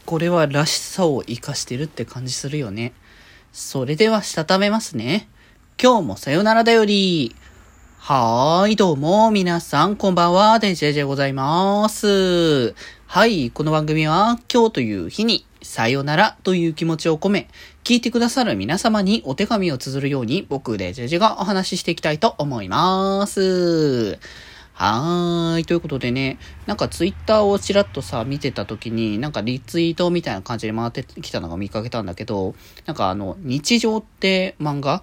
これはらしさを活かしてるって感じするよね。それではしたためますね。今日もさよならだより。はーい、どうも、皆さん、こんばんは、デジェジェございます。はい、この番組は、今日という日に、さよならという気持ちを込め、聞いてくださる皆様にお手紙を綴るように、僕、デジェジェがお話ししていきたいと思います。はーい。ということでね、なんかツイッターをちらっとさ、見てた時に、なんかリツイートみたいな感じで回ってきたのが見かけたんだけど、なんか日常って漫画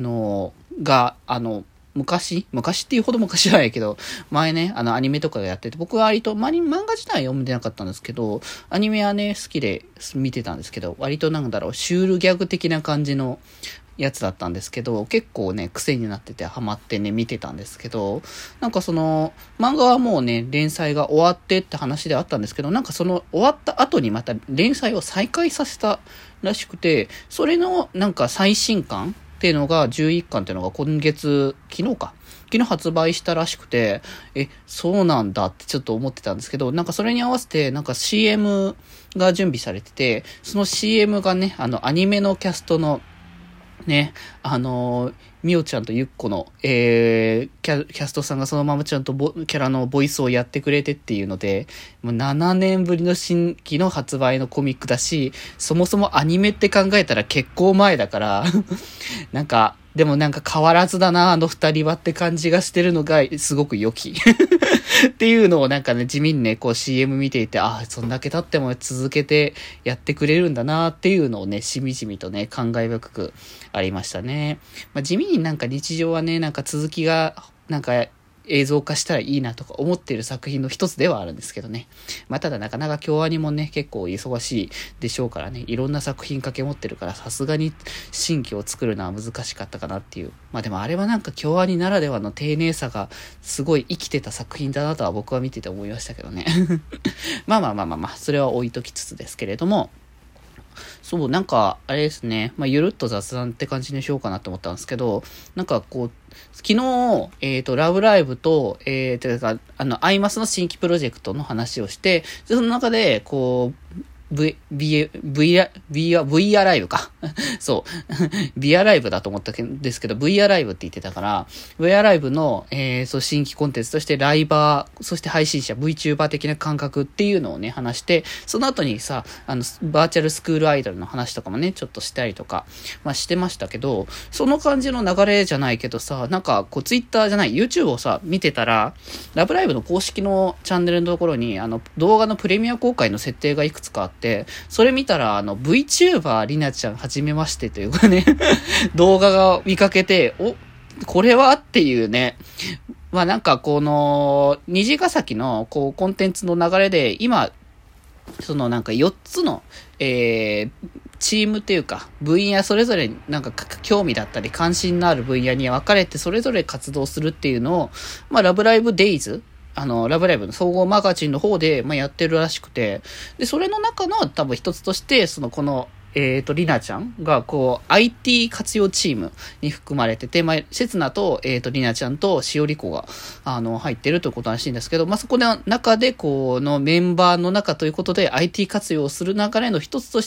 昔っていうほど昔じゃないけど、前ね、アニメとかがやってて、僕は割と、漫画自体は読んでなかったんですけど、アニメはね、好きで見てたんですけど、割となんだろう、シュールギャグ的な感じのやつだったんですけど、結構ね、癖になっててハマってね、見てたんですけど、なんか漫画はもうね、連載が終わってって話であったんですけど、なんか終わった後にまた連載を再開させたらしくて、それのなんか最新刊っていうのが11巻っていうのが昨日発売したらしくて、そうなんだってちょっと思ってたんですけど、なんかそれに合わせてなんか CM が準備されてて、その CM がね、アニメのキャストのね、みおちゃんとゆっこの、キャストさんがそのままちゃんとキャラのボイスをやってくれてっていうので、もう7年ぶりの新規の発売のコミックだし、そもそもアニメって考えたら結構前だから、でもなんか変わらずだな、あの二人はって感じがしてるのがすごく良き。っていうのをなんかね、地味にね、こう CM 見ていて、そんだけ経っても続けてやってくれるんだなっていうのをね、しみじみとね、感慨深くありましたね。地味になんか日常はね、なんか続きが、なんか映像化したらいいなとか思っている作品の一つではあるんですけどね。ただなかなか京アニもね、結構忙しいでしょうからね、いろんな作品掛け持ってるから、さすがに新規を作るのは難しかったかなっていう。でもあれはなんか京アニならではの丁寧さがすごい生きてた作品だなとは僕は見てて思いましたけどね。それは置いときつつですけれども、そう、なんか、あれですね。ゆるっと雑談って感じにしようかなと思ったんですけど、なんかこう、昨日、ラブライブと、アイマスの新規プロジェクトの話をして、その中で、こう、V アライブか。そう。V アライブだと思ったんですけど、V アライブって言ってたから、V アライブの、新規コンテンツとしてライバー、そして配信者、VTuber 的な感覚っていうのをね、話して、その後にさ、バーチャルスクールアイドルの話とかもね、ちょっとしたりとか、してましたけど、その感じの流れじゃないけどさ、なんか、こう、Twitter じゃない、YouTube をさ、見てたら、ラブライブの公式のチャンネルのところに、動画のプレミア公開の設定がいくつかあって、それ見たらVTuber りなちゃんはじめましてというかね動画が見かけて、これはっていうね。なんかこの虹ヶ崎のこうコンテンツの流れで今なんか4つのチームっていうか分野それぞれなんか興味だったり関心のある分野に分かれてそれぞれ活動するっていうのをラブライブデイズラブライブの総合マガジンの方で、やってるらしくて、で、それの中の多分一つとして、りなちゃんが、こう、IT 活用チームに含まれてて、せつなと、りなちゃんとしおりこが、入ってるということらしいんですけど、そこの中で、このメンバーの中ということで、IT 活用する流れの一つとして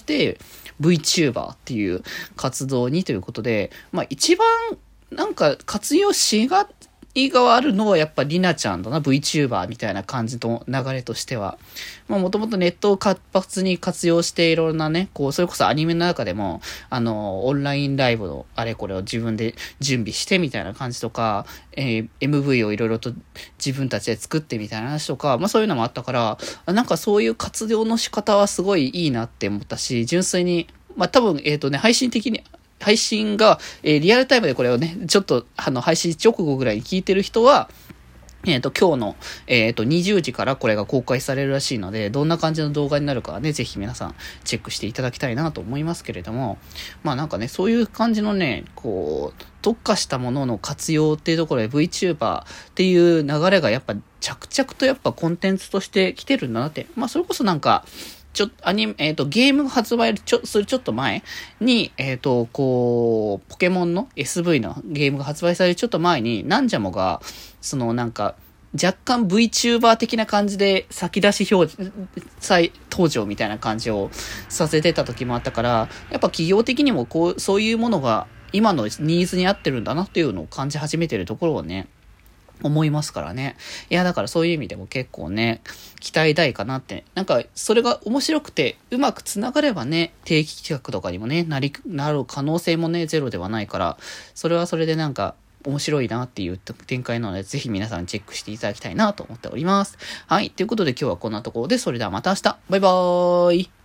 、VTuber っていう活動にということで、一番、なんか、活用しが、意があるのはやっぱりなちゃんだな、VTuber みたいな感じの流れとしては。もともとネットを活発に活用していろんなね、こう、それこそアニメの中でも、オンラインライブのあれこれを自分で準備してみたいな感じとか、MV をいろいろと自分たちで作ってみたいな話とか、そういうのもあったから、なんかそういう活用の仕方はすごいいいなって思ったし、純粋に、多分、配信が、リアルタイムでこれをね、ちょっと、配信直後ぐらいに聞いてる人は、今日の、20時からこれが公開されるらしいので、どんな感じの動画になるかはね、ぜひ皆さんチェックしていただきたいなと思いますけれども、なんかね、そういう感じのね、こう、特化したものの活用っていうところで VTuber っていう流れがやっぱ着々とやっぱコンテンツとして来てるんだなって、それこそなんか、ゲームが発売するちょっと前に、こう、ポケモンの SV のゲームが発売されるちょっと前に、なんじゃもが、なんか、 若干 VTuber 的な感じで先出し表示、再登場みたいな感じをさせてた時もあったから、やっぱ企業的にもそういうものが今のニーズに合ってるんだなっていうのを感じ始めてるところをね、思いますからね。いや、だからそういう意味でも結構ね、期待大かなって。なんか、それが面白くて、うまく繋がればね、定期企画とかにもね、なる可能性もね、ゼロではないから、それはそれでなんか、面白いなっていう展開なので、ぜひ皆さんチェックしていただきたいなと思っております。はい。ということで今日はこんなところで、それではまた明日。バイバーイ。